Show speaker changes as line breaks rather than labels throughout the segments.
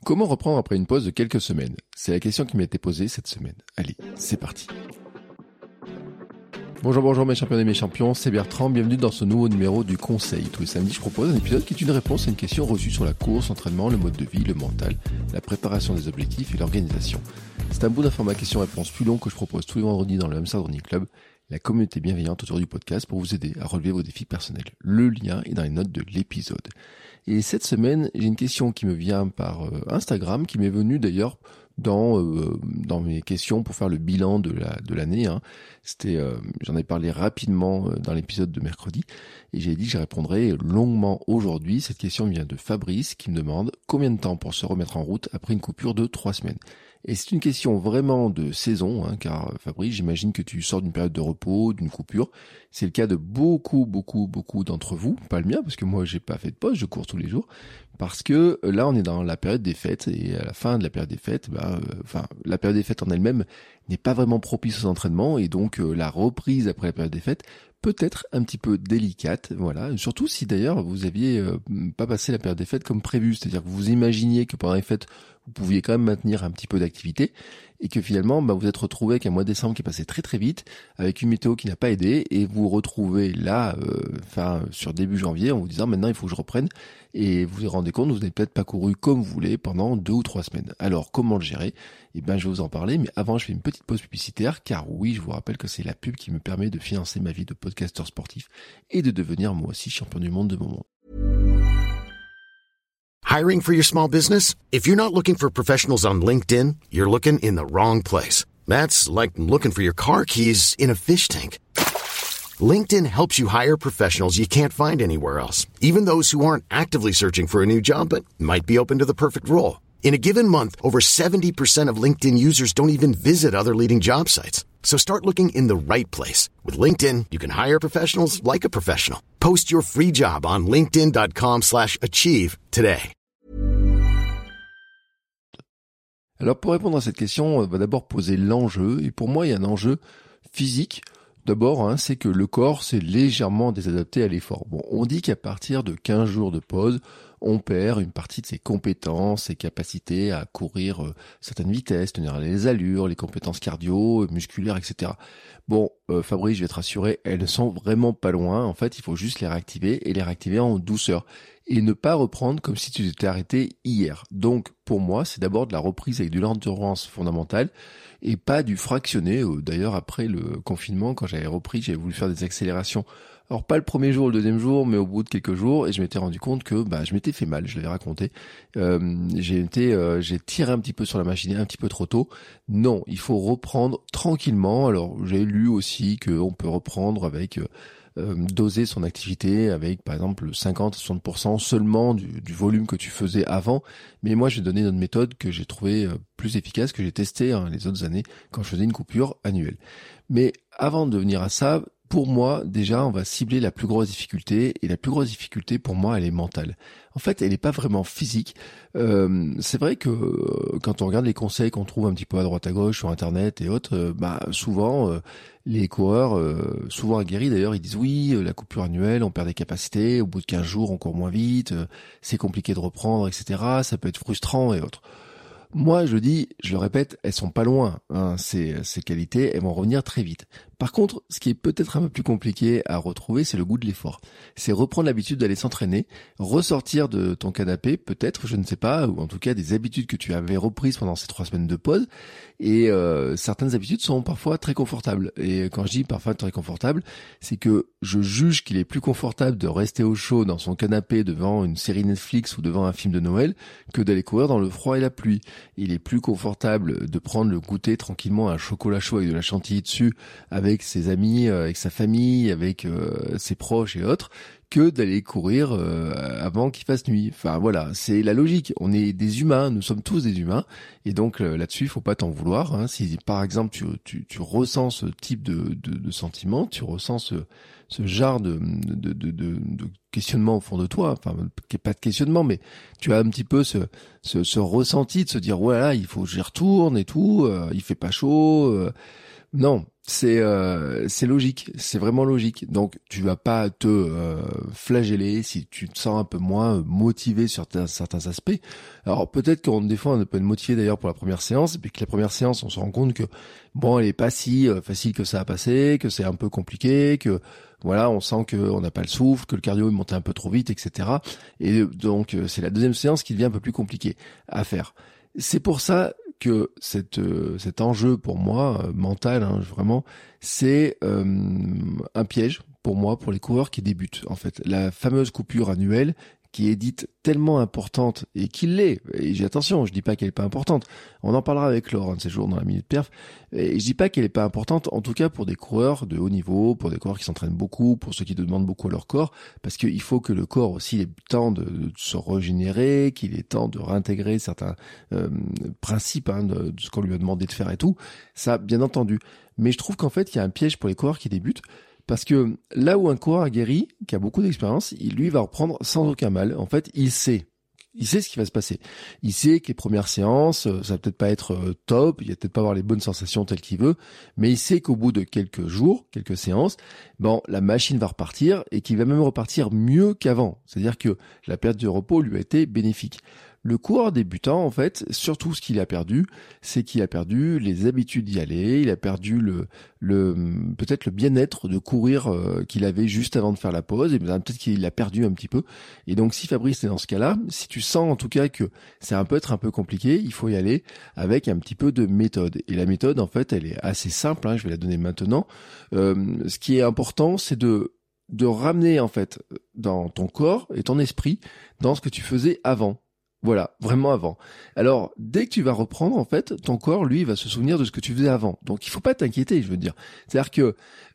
Comment reprendre après une pause de quelques semaines? C'est la question qui m'a été posée cette semaine. Allez, c'est parti. Bonjour mes champions et mes champions, c'est Bertrand, bienvenue dans ce nouveau numéro du Conseil. Tous les samedis, je propose un épisode qui est une réponse à une question reçue sur la course, l'entraînement, le mode de vie, le mental, la préparation des objectifs et l'organisation. C'est un bout d'un format question-réponse plus long que je propose tous les vendredis dans le Hamster Running Club, la communauté bienveillante autour du podcast pour vous aider à relever vos défis personnels. Le lien est dans les notes de l'épisode. Et cette semaine, j'ai une question qui me vient par Instagram, qui m'est venue d'ailleurs dans mes questions pour faire le bilan de l'année. J'en ai parlé rapidement dans l'épisode de mercredi et j'ai dit que je répondrais longuement aujourd'hui. Cette question vient de Fabrice qui me demande combien de temps pour se remettre en route après une coupure de 3 semaines. Et c'est une question vraiment de saison, car Fabrice, j'imagine que tu sors d'une période de repos, d'une coupure. C'est le cas de beaucoup d'entre vous, pas le mien, parce que moi j'ai pas fait de pause, je cours tous les jours, parce que là on est dans la période des fêtes, et à la fin de la période des fêtes, la période des fêtes en elle-même n'est pas vraiment propice aux entraînements, et donc la reprise après la période des fêtes peut être un petit peu délicate, voilà. Surtout si d'ailleurs vous aviez pas passé la période des fêtes comme prévu, c'est-à-dire que vous imaginiez que pendant les fêtes vous pouviez quand même maintenir un petit peu d'activité et que finalement vous êtes retrouvé avec un mois de décembre qui est passé très très vite, avec une météo qui n'a pas aidé et vous vous retrouvez là, sur début janvier en vous disant maintenant il faut que je reprenne et vous vous rendez compte vous n'avez peut-être pas couru comme vous voulez pendant 2 ou 3 semaines. Alors comment le gérer? Je vais vous en parler, mais avant je fais une petite pause publicitaire car oui, je vous rappelle que c'est la pub qui me permet de financer ma vie de podcasteur sportif et de devenir moi aussi champion du monde de mon monde.
Hiring for your small business? If you're not looking for professionals on LinkedIn, you're looking in the wrong place. That's like looking for your car keys in a fish tank. LinkedIn helps you hire professionals you can't find anywhere else, even those who aren't actively searching for a new job but might be open to the perfect role. In a given month, over 70% of LinkedIn users don't even visit other leading job sites. So start looking in the right place. With LinkedIn, you can hire professionals like a professional. Post your free job on linkedin.com/achieve today.
Alors pour répondre à cette question, on va d'abord poser l'enjeu. Et pour moi, il y a un enjeu physique. D'abord, c'est que le corps s'est légèrement désadapté à l'effort. Bon, on dit qu'à partir de 15 jours de pause, on perd une partie de ses compétences, ses capacités à courir certaines vitesses, tenir les allures, les compétences cardio, musculaires, etc. Bon, Fabrice, je vais te rassurer, elles ne sont vraiment pas loin. En fait, il faut juste les réactiver et les réactiver en douceur. Et ne pas reprendre comme si tu t'étais arrêté hier. Donc, pour moi, c'est d'abord de la reprise avec de l'endurance fondamentale et pas du fractionné. D'ailleurs, après le confinement, quand j'avais repris, j'avais voulu faire des accélérations. Alors, pas le premier jour, le deuxième jour, mais au bout de quelques jours, et je m'étais rendu compte que je m'étais fait mal, je l'avais raconté. J'ai tiré un petit peu sur la machine un petit peu trop tôt. Non, il faut reprendre tranquillement. Alors, j'ai lu aussi qu'on peut reprendre avec... doser son activité avec par exemple 50-60% seulement du volume que tu faisais avant, mais moi je vais donner une autre méthode que j'ai trouvée plus efficace, que j'ai testée les autres années quand je faisais une coupure annuelle. Mais avant de venir à ça, pour moi, déjà, on va cibler la plus grosse difficulté, et la plus grosse difficulté, pour moi, elle est mentale. En fait, elle n'est pas vraiment physique. C'est vrai que quand on regarde les conseils qu'on trouve un petit peu à droite à gauche sur Internet et autres, souvent, les coureurs, souvent aguerris d'ailleurs, ils disent oui, la coupure annuelle, on perd des capacités, au bout de 15 jours, on court moins vite, c'est compliqué de reprendre, etc. Ça peut être frustrant et autres. Moi, je le répète, elles sont pas loin, ces qualités, elles vont revenir très vite. Par contre, ce qui est peut-être un peu plus compliqué à retrouver, c'est le goût de l'effort. C'est reprendre l'habitude d'aller s'entraîner, ressortir de ton canapé, peut-être, je ne sais pas, ou en tout cas des habitudes que tu avais reprises pendant ces 3 semaines de pause. Et certaines habitudes sont parfois très confortables. Et quand je dis parfois très confortables, c'est que je juge qu'il est plus confortable de rester au chaud dans son canapé devant une série Netflix ou devant un film de Noël que d'aller courir dans le froid et la pluie. Il est plus confortable de prendre le goûter tranquillement à un chocolat chaud avec de la chantilly dessus, avec ses amis, avec sa famille, avec ses proches et autres, que d'aller courir avant qu'il fasse nuit. Enfin voilà, c'est la logique. On est des humains, nous sommes tous des humains, et donc là-dessus, il faut pas t'en vouloir. Si par exemple tu ressens ce type de sentiment, tu ressens ce genre de questionnement au fond de toi, enfin pas de questionnement, mais tu as un petit peu ce ressenti de se dire voilà, il faut que j'y retourne et tout, il fait pas chaud. Non, c'est logique, c'est vraiment logique. Donc tu vas pas te flageller si tu te sens un peu moins motivé sur certains aspects. Alors peut-être des fois on peut être motivé d'ailleurs pour la première séance, et puis que la première séance on se rend compte que bon elle est pas si facile que ça à passer, que c'est un peu compliqué, que voilà on sent que on n'a pas le souffle, que le cardio est monté un peu trop vite, etc. Et donc c'est la deuxième séance qui devient un peu plus compliquée à faire. C'est pour ça que cet enjeu pour moi mental, hein, vraiment, c'est un piège pour moi, pour les coureurs qui débutent. En fait, la fameuse coupure annuelle qui est dite tellement importante et qui l'est. Et j'ai attention, je dis pas qu'elle est pas importante. On en parlera avec Laure un de ces jours dans la Minute Perf. Et je dis pas qu'elle est pas importante, en tout cas pour des coureurs de haut niveau, pour des coureurs qui s'entraînent beaucoup, pour ceux qui demandent beaucoup à leur corps, parce qu'il faut que le corps aussi ait le temps de se régénérer, qu'il ait temps de réintégrer certains principes de ce qu'on lui a demandé de faire et tout. Ça, bien entendu. Mais je trouve qu'en fait, il y a un piège pour les coureurs qui débutent. Parce que là où un coureur aguerri, qui a beaucoup d'expérience, lui va reprendre sans aucun mal. En fait, il sait ce qui va se passer. Il sait que les premières séances, ça va peut-être pas être top, il va peut-être pas avoir les bonnes sensations telles qu'il veut, mais il sait qu'au bout de quelques jours, quelques séances, la machine va repartir et qu'il va même repartir mieux qu'avant. C'est-à-dire que la perte de repos lui a été bénéfique. Le coureur débutant, en fait, surtout ce qu'il a perdu, c'est qu'il a perdu les habitudes d'y aller, il a perdu peut-être le bien-être de courir qu'il avait juste avant de faire la pause, et peut-être qu'il l'a perdu un petit peu. Et donc, si Fabrice est dans ce cas-là, si tu sens en tout cas que ça peut être un peu compliqué, il faut y aller avec un petit peu de méthode. Et la méthode, en fait, elle est assez simple, hein, je vais la donner maintenant. Ce qui est important, c'est de ramener, en fait, dans ton corps et ton esprit, dans ce que tu faisais avant. Voilà, vraiment avant. Alors, dès que tu vas reprendre, en fait, ton corps, lui, va se souvenir de ce que tu faisais avant. Donc, il faut pas t'inquiéter, je veux dire. C'est-à-dire que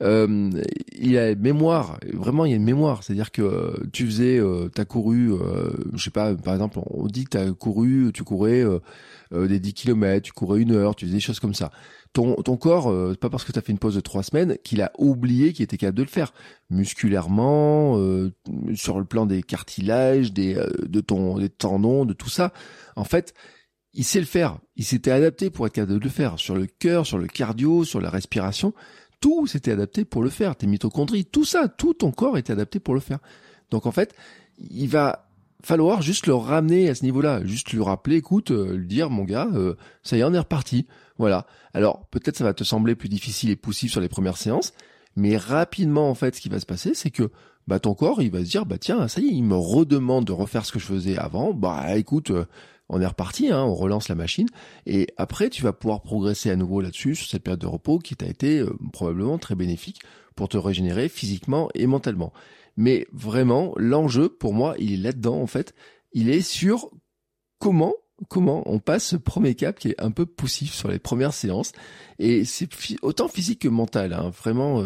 il a une mémoire, vraiment, il y a une mémoire. C'est-à-dire que tu faisais, t'as couru, je sais pas, par exemple, on dit que tu courais des 10 km, tu courais 1 heure, tu faisais des choses comme ça. Ton corps, c'est pas parce que tu as fait une pause de 3 semaines qu'il a oublié qu'il était capable de le faire. Musculairement, sur le plan des cartilages, des tendons, de tout ça. En fait, il sait le faire. Il s'était adapté pour être capable de le faire. Sur le cœur, sur le cardio, sur la respiration, tout s'était adapté pour le faire. Tes mitochondries, tout ça, tout ton corps était adapté pour le faire. Donc en fait, il va falloir juste le ramener à ce niveau-là, juste lui rappeler, écoute, lui dire, mon gars, ça y est, on est reparti. Voilà. Alors, peut-être ça va te sembler plus difficile et poussif sur les premières séances, mais rapidement, en fait, ce qui va se passer, c'est que ton corps, il va se dire, tiens, ça y est, il me redemande de refaire ce que je faisais avant. Écoute, on est reparti, hein, on relance la machine. Et après, tu vas pouvoir progresser à nouveau là-dessus, sur cette période de repos qui t'a été probablement très bénéfique pour te régénérer physiquement et mentalement. Mais vraiment, l'enjeu, pour moi, il est là-dedans, en fait. Il est sur comment on passe ce premier cap qui est un peu poussif sur les premières séances. Et c'est autant physique que mental, hein, vraiment,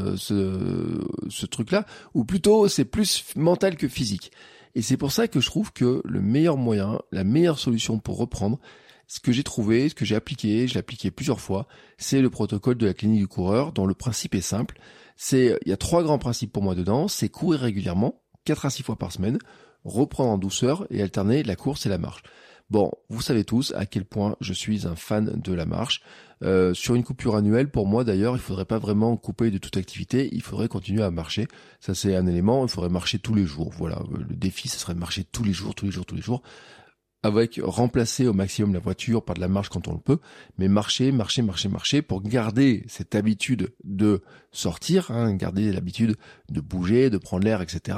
ce truc-là. Ou plutôt, c'est plus mental que physique. Et c'est pour ça que je trouve que le meilleur moyen, la meilleure solution pour reprendre, ce que j'ai trouvé, ce que j'ai appliqué, je l'ai appliqué plusieurs fois, c'est le protocole de la clinique du coureur, dont le principe est simple. Il y a 3 grands principes pour moi dedans. C'est courir régulièrement, 4 à 6 fois par semaine, reprendre en douceur et alterner la course et la marche. Bon, vous savez tous à quel point je suis un fan de la marche. Sur une coupure annuelle, pour moi d'ailleurs, il faudrait pas vraiment couper de toute activité, il faudrait continuer à marcher. Ça c'est un élément, il faudrait marcher tous les jours. Voilà, le défi, ce serait de marcher tous les jours, avec remplacer au maximum la voiture par de la marche quand on le peut, mais marcher pour garder cette habitude de sortir, hein, garder l'habitude de bouger, de prendre l'air, etc.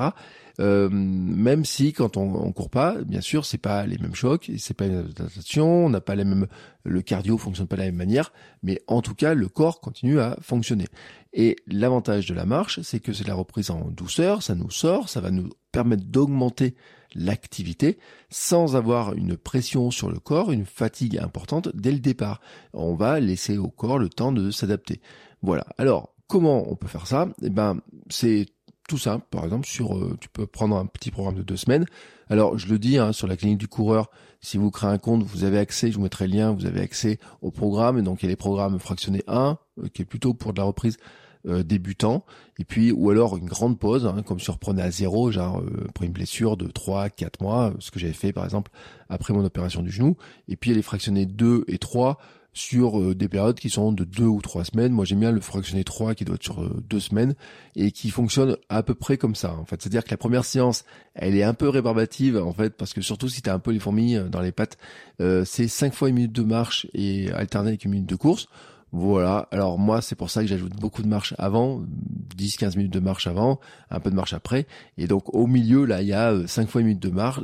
Même si quand on court pas, bien sûr, c'est pas les mêmes chocs, c'est pas une adaptation, on n'a pas les mêmes, le cardio fonctionne pas de la même manière, mais en tout cas, le corps continue à fonctionner. Et l'avantage de la marche, c'est que c'est la reprise en douceur, ça nous sort, ça va nous permettre d'augmenter l'activité sans avoir une pression sur le corps, une fatigue importante dès le départ. On va laisser au corps le temps de s'adapter. Voilà. Alors, comment on peut faire ça ? C'est tout simple. Par exemple, tu peux prendre un petit programme de 2 semaines. Alors, je le dis, hein, sur la clinique du coureur, si vous créez un compte, vous avez accès, je vous mettrai le lien, vous avez accès au programme. Et donc, il y a les programmes fractionnés 1, qui est plutôt pour de la reprise débutant, et puis ou alors une grande pause, hein, comme si on reprenait à 0, genre pour une blessure de 3-4 mois, ce que j'avais fait par exemple après mon opération du genou, et puis elle est fractionnée 2 et 3, sur des périodes qui sont de 2 ou 3 semaines. Moi, j'aime bien le fractionner 3 qui doit être sur 2 semaines et qui fonctionne à peu près comme ça. En fait, c'est-à-dire que la première séance, elle est un peu rébarbative en fait, parce que surtout si t'as un peu les fourmis dans les pattes, c'est 5 fois 1 minute de marche et alterné avec 1 minute de course. Voilà. Alors moi, c'est pour ça que j'ajoute beaucoup de marche avant, 10-15 minutes de marche avant, un peu de marche après. Et donc, au milieu, là, il y a 5 fois 1 minute de marche,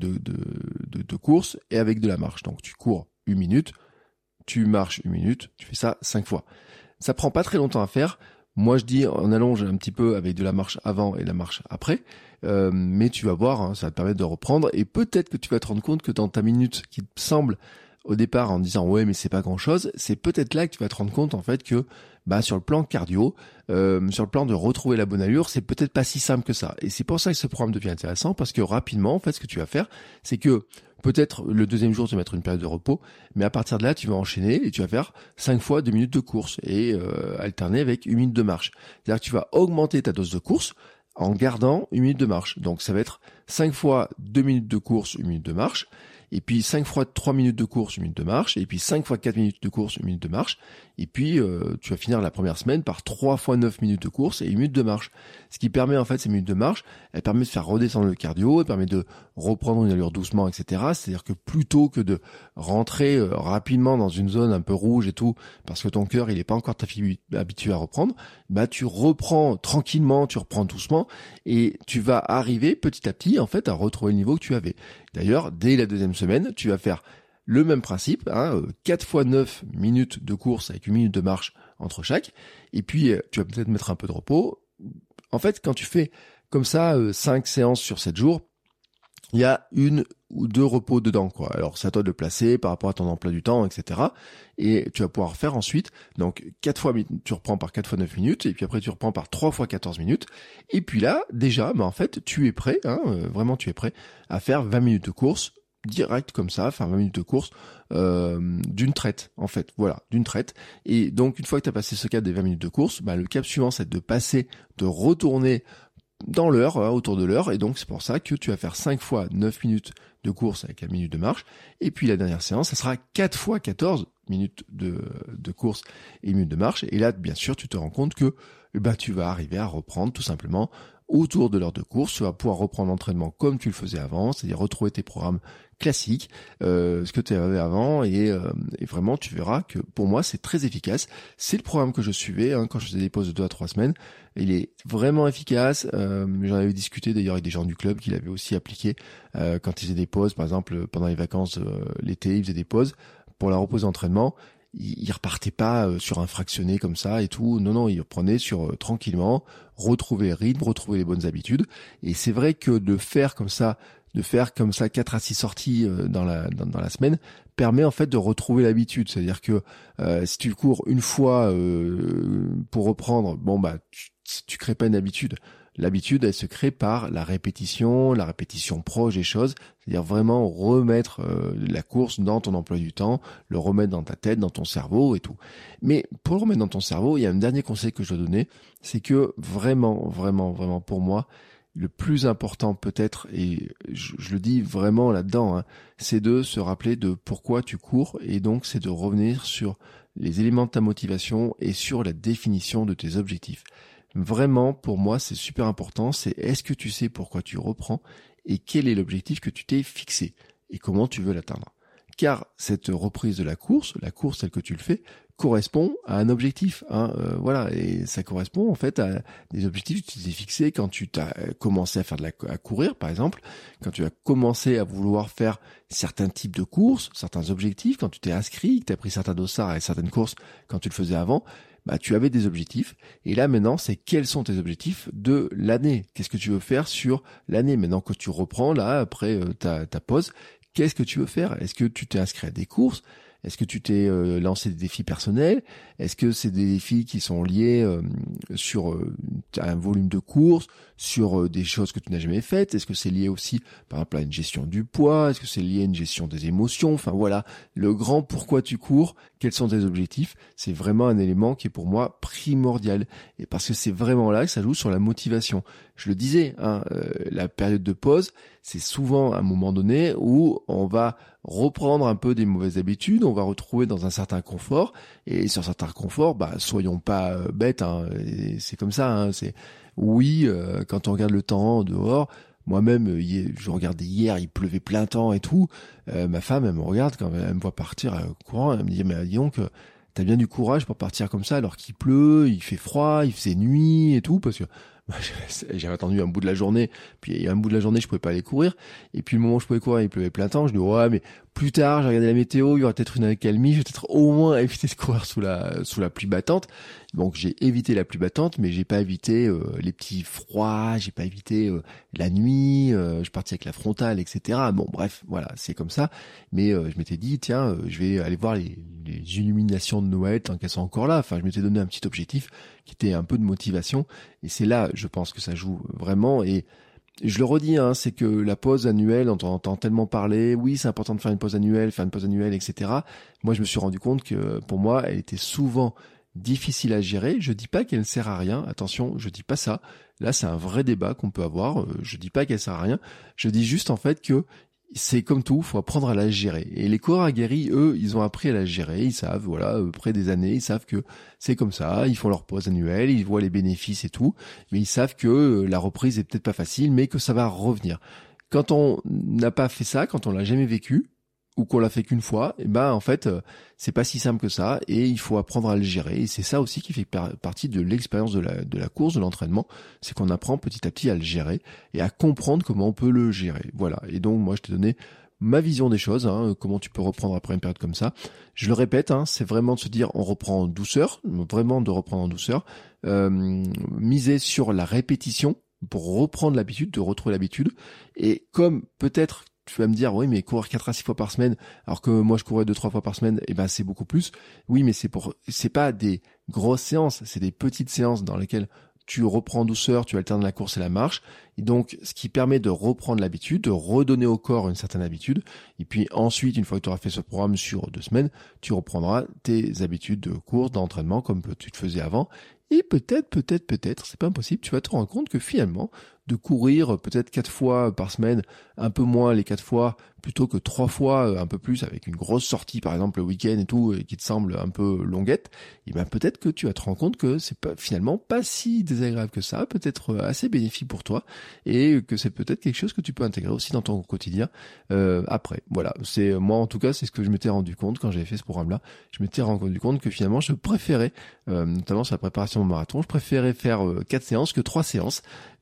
de course et avec de la marche. Donc, tu cours 1 minute, tu marches 1 minute, tu fais ça 5 fois. Ça prend pas très longtemps à faire. Moi, je dis, on allonge un petit peu avec de la marche avant et de la marche après. Mais tu vas voir, hein, ça va te permettre de reprendre. Et peut-être que tu vas te rendre compte que dans ta minute qui te semble au départ en disant ouais mais c'est pas grand chose, c'est peut-être là que tu vas te rendre compte en fait que sur le plan cardio, sur le plan de retrouver la bonne allure, c'est peut-être pas si simple que ça. Et c'est pour ça que ce programme devient intéressant, parce que rapidement en fait ce que tu vas faire, c'est que peut-être le deuxième jour tu vas mettre une période de repos, mais à partir de là tu vas enchaîner et tu vas faire 5 fois 2 minutes de course et alterner avec 1 minute de marche. C'est-à-dire que tu vas augmenter ta dose de course en gardant 1 minute de marche. Donc ça va être 5 fois 2 minutes de course, 1 minute de marche. Et puis 5 fois 3 minutes de course, 1 minute de marche, et puis 5 fois 4 minutes de course, 1 minute de marche, et puis tu vas finir la première semaine par 3 fois 9 minutes de course et 1 minute de marche. Ce qui permet en fait, ces minutes de marche, elles permettent de faire redescendre le cardio, elles permettent de reprendre une allure doucement, etc. C'est-à-dire que plutôt que de rentrer rapidement dans une zone un peu rouge et tout, parce que ton cœur il est pas encore habitué à reprendre, tu reprends tranquillement, tu reprends doucement, et tu vas arriver petit à petit en fait à retrouver le niveau que tu avais. D'ailleurs, dès la deuxième semaine, tu vas faire le même principe, 4 fois 9 minutes de course avec 1 minute de marche entre chaque, et puis tu vas peut-être mettre un peu de repos. En fait, quand tu fais comme ça 5 séances sur 7 jours, il y a 1 ou 2 repos dedans, quoi. Alors, c'est à toi de le placer par rapport à ton emploi du temps, etc. Et tu vas pouvoir faire ensuite, donc, 4 fois, tu reprends par 4 fois 9 minutes, et puis après, tu reprends par 3 fois 14 minutes. Et puis là, déjà, en fait, tu es prêt, vraiment, tu es prêt à faire 20 minutes de course, direct comme ça, faire 20 minutes de course, d'une traite, en fait. Voilà, d'une traite. Et donc, une fois que tu as passé ce cap des 20 minutes de course, le cap suivant, c'est de retourner dans l'heure, autour de l'heure, et donc c'est pour ça que tu vas faire 5 fois 9 minutes de course avec 1 minute de marche, et puis la dernière séance, ça sera 4 fois 14 minutes de course et 1 minute de marche, et là, bien sûr, tu te rends compte que tu vas arriver à reprendre tout simplement autour de l'heure de course, tu vas pouvoir reprendre l'entraînement comme tu le faisais avant, c'est-à-dire retrouver tes programmes classiques, ce que tu avais avant, et vraiment tu verras que pour moi c'est très efficace. C'est le programme que je suivais quand je faisais des pauses de 2 à 3 semaines. Il est vraiment efficace. J'en avais discuté d'ailleurs avec des gens du club qui l'avaient aussi appliqué quand ils faisaient des pauses, par exemple pendant les vacances l'été, ils faisaient des pauses pour la repose d'entraînement. Il repartait pas sur un fractionné comme ça et tout. Non, il reprenait sur tranquillement, retrouver le rythme, retrouver les bonnes habitudes. Et c'est vrai que de faire comme ça 4 à 6 sorties dans la semaine permet en fait de retrouver l'habitude. C'est-à-dire que si tu cours une fois pour reprendre, tu crées pas une habitude. L'habitude, elle se crée par la répétition proche des choses, c'est-à-dire vraiment remettre la course dans ton emploi du temps, le remettre dans ta tête, dans ton cerveau et tout. Mais pour le remettre dans ton cerveau, il y a un dernier conseil que je dois donner, c'est que vraiment, vraiment, vraiment pour moi, le plus important peut-être, et je le dis vraiment là-dedans, c'est de se rappeler de pourquoi tu cours, et donc c'est de revenir sur les éléments de ta motivation et sur la définition de tes objectifs. Vraiment, pour moi, c'est super important, c'est est-ce que tu sais pourquoi tu reprends et quel est l'objectif que tu t'es fixé et comment tu veux l'atteindre. Car cette reprise de la course telle que tu le fais, correspond à un objectif. Voilà, et ça correspond en fait à des objectifs que tu t'es fixés quand tu t'as commencé à courir, par exemple, quand tu as commencé à vouloir faire certains types de courses, certains objectifs, quand tu t'es inscrit, que tu as pris certains dossards et certaines courses quand tu le faisais avant, tu avais des objectifs. Et là, maintenant, c'est quels sont tes objectifs de l'année? Qu'est-ce que tu veux faire sur l'année? Maintenant que tu reprends, là, après ta pause, qu'est-ce que tu veux faire? Est-ce que tu t'es inscrit à des courses? Est-ce que tu t'es lancé des défis personnels? Est-ce que c'est des défis qui sont liés sur un volume de courses, sur des choses que tu n'as jamais faites? Est-ce que c'est lié aussi, par exemple, à une gestion du poids? Est-ce que c'est lié à une gestion des émotions? Enfin voilà, le grand pourquoi tu cours, quels sont tes objectifs, c'est vraiment un élément qui est pour moi primordial. Et parce que c'est vraiment là que ça joue sur la motivation. Je le disais, la période de pause, c'est souvent un moment donné où on va reprendre un peu des mauvaises habitudes, on va retrouver dans un certain confort. Et sur certains conforts, soyons pas bêtes, c'est comme ça. Quand on regarde le temps dehors, moi-même, je regardais hier, il pleuvait plein temps et tout. Ma femme, elle me regarde quand elle me voit partir courant. Elle me dit, mais dis donc, t'as bien du courage pour partir comme ça alors qu'il pleut, il fait froid, il faisait nuit et tout. Parce que j'avais attendu un bout de la journée. Puis un bout de la journée, je pouvais pas aller courir. Et puis le moment où je pouvais courir, il pleuvait plein temps. Je dis, ouais, mais plus tard, j'ai regardé la météo, il y aura peut-être une accalmie. Je vais peut-être au moins éviter de courir sous la pluie battante. Donc j'ai évité la pluie battante, mais j'ai pas évité les petits froids, j'ai pas évité la nuit, je suis parti avec la frontale, etc. Bon bref, voilà, c'est comme ça. Mais je m'étais dit, tiens, je vais aller voir les illuminations de Noël tant qu'elles sont encore là. Enfin, je m'étais donné un petit objectif qui était un peu de motivation. Et c'est là, je pense que ça joue vraiment. Et je le redis, c'est que la pause annuelle, on entend tellement parler, oui, c'est important de faire une pause annuelle, etc. Moi, je me suis rendu compte que pour moi, elle était souvent difficile à gérer. Je dis pas qu'elle ne sert à rien. Attention, je dis pas ça. Là, c'est un vrai débat qu'on peut avoir. Je dis pas qu'elle sert à rien. Je dis juste en fait que c'est comme tout, faut apprendre à la gérer. Et les coureurs aguerris, eux, ils ont appris à la gérer. Ils savent, après des années, ils savent que c'est comme ça. Ils font leur pause annuelle, ils voient les bénéfices et tout. Mais ils savent que la reprise est peut-être pas facile, mais que ça va revenir. Quand on n'a pas fait ça, quand on l'a jamais vécu, ou qu'on l'a fait qu'une fois, en fait, c'est pas si simple que ça, et il faut apprendre à le gérer. Et c'est ça aussi qui fait partie de l'expérience de la course, de l'entraînement, c'est qu'on apprend petit à petit à le gérer et à comprendre comment on peut le gérer. Voilà. Et donc, moi, je t'ai donné ma vision des choses, comment tu peux reprendre après une période comme ça. Je le répète, c'est vraiment de se dire, on reprend en douceur, vraiment de reprendre en douceur, miser sur la répétition pour reprendre l'habitude, de retrouver l'habitude. Et comme peut-être tu vas me dire, oui, mais courir 4 à 6 fois par semaine, alors que moi je courais 2-3 fois par semaine, c'est beaucoup plus. Oui, mais c'est pas des grosses séances, c'est des petites séances dans lesquelles tu reprends en douceur, tu alternes la course et la marche. Et donc, ce qui permet de reprendre l'habitude, de redonner au corps une certaine habitude. Et puis ensuite, une fois que tu auras fait ce programme sur 2 semaines, tu reprendras tes habitudes de course, d'entraînement, comme tu te faisais avant. Et peut-être, c'est pas impossible, tu vas te rendre compte que finalement, de courir peut-être 4 fois par semaine, un peu moins les 4 fois, plutôt que 3 fois un peu plus avec une grosse sortie par exemple le week-end et tout, et qui te semble un peu longuette, peut-être que tu vas te rendre compte que c'est finalement pas si désagréable que ça, peut-être assez bénéfique pour toi, et que c'est peut-être quelque chose que tu peux intégrer aussi dans ton quotidien après. Voilà, moi en tout cas, c'est ce que je m'étais rendu compte quand j'avais fait ce programme-là. Je m'étais rendu compte que finalement je préférais, notamment sur la préparation au marathon, je préférais faire 4 séances que 3 séances,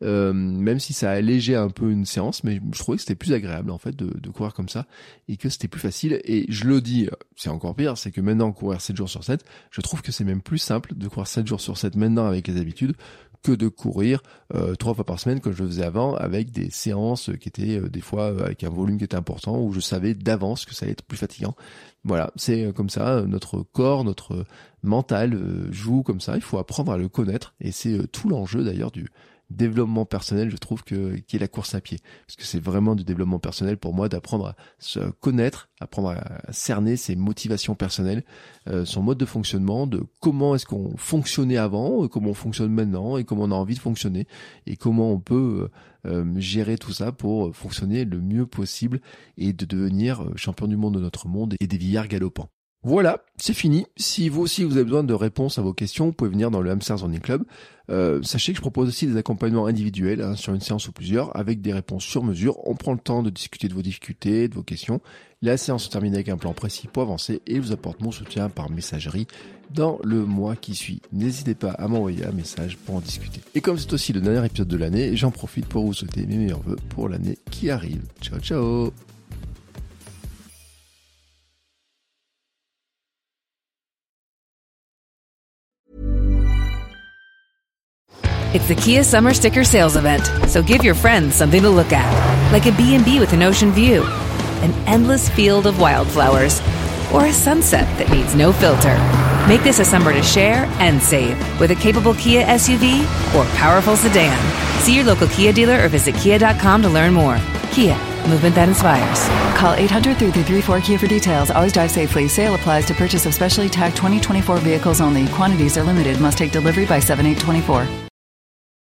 même si ça allégeait un peu une séance, mais je trouvais que c'était plus agréable en fait de courir comme ça, et que c'était plus facile. Et je le dis, c'est encore pire, c'est que maintenant courir 7 jours sur 7, je trouve que c'est même plus simple de courir 7 jours sur 7 maintenant avec les habitudes que de courir 3 fois par semaine comme je le faisais avant, avec des séances qui étaient des fois avec un volume qui était important, où je savais d'avance que ça allait être plus fatigant. Voilà, c'est comme ça, notre corps, notre mental joue comme ça, il faut apprendre à le connaître, et c'est tout l'enjeu d'ailleurs du développement personnel, je trouve, qui est la course à pied. Parce que c'est vraiment du développement personnel pour moi, d'apprendre à se connaître, apprendre à cerner ses motivations personnelles, son mode de fonctionnement, de comment est-ce qu'on fonctionnait avant, comment on fonctionne maintenant, et comment on a envie de fonctionner, et comment on peut gérer tout ça pour fonctionner le mieux possible et de devenir champion du monde de notre monde et des vieillards galopants. Voilà, c'est fini. Si vous aussi vous avez besoin de réponses à vos questions, vous pouvez venir dans le Hamsters Running Club. Sachez que je propose aussi des accompagnements individuels sur une séance ou plusieurs, avec des réponses sur mesure. On prend le temps de discuter de vos difficultés, de vos questions. La séance se termine avec un plan précis pour avancer, et je vous apporte mon soutien par messagerie dans le mois qui suit. N'hésitez pas à m'envoyer un message pour en discuter. Et comme c'est aussi le dernier épisode de l'année, j'en profite pour vous souhaiter mes meilleurs vœux pour l'année qui arrive. Ciao, ciao!
It's the Kia Summer Sticker Sales Event, so give your friends something to look at, like a B&B with an ocean view, an endless field of wildflowers, or a sunset that needs no filter. Make this a summer to share and save with a capable Kia SUV or powerful sedan. See your local Kia dealer or visit kia.com to learn more. Kia, movement that inspires.
Call 800-334-KIA for details. Always drive safely. Sale applies to purchase of specially tagged 2024 vehicles only. Quantities are limited. Must take delivery by 7/8/24.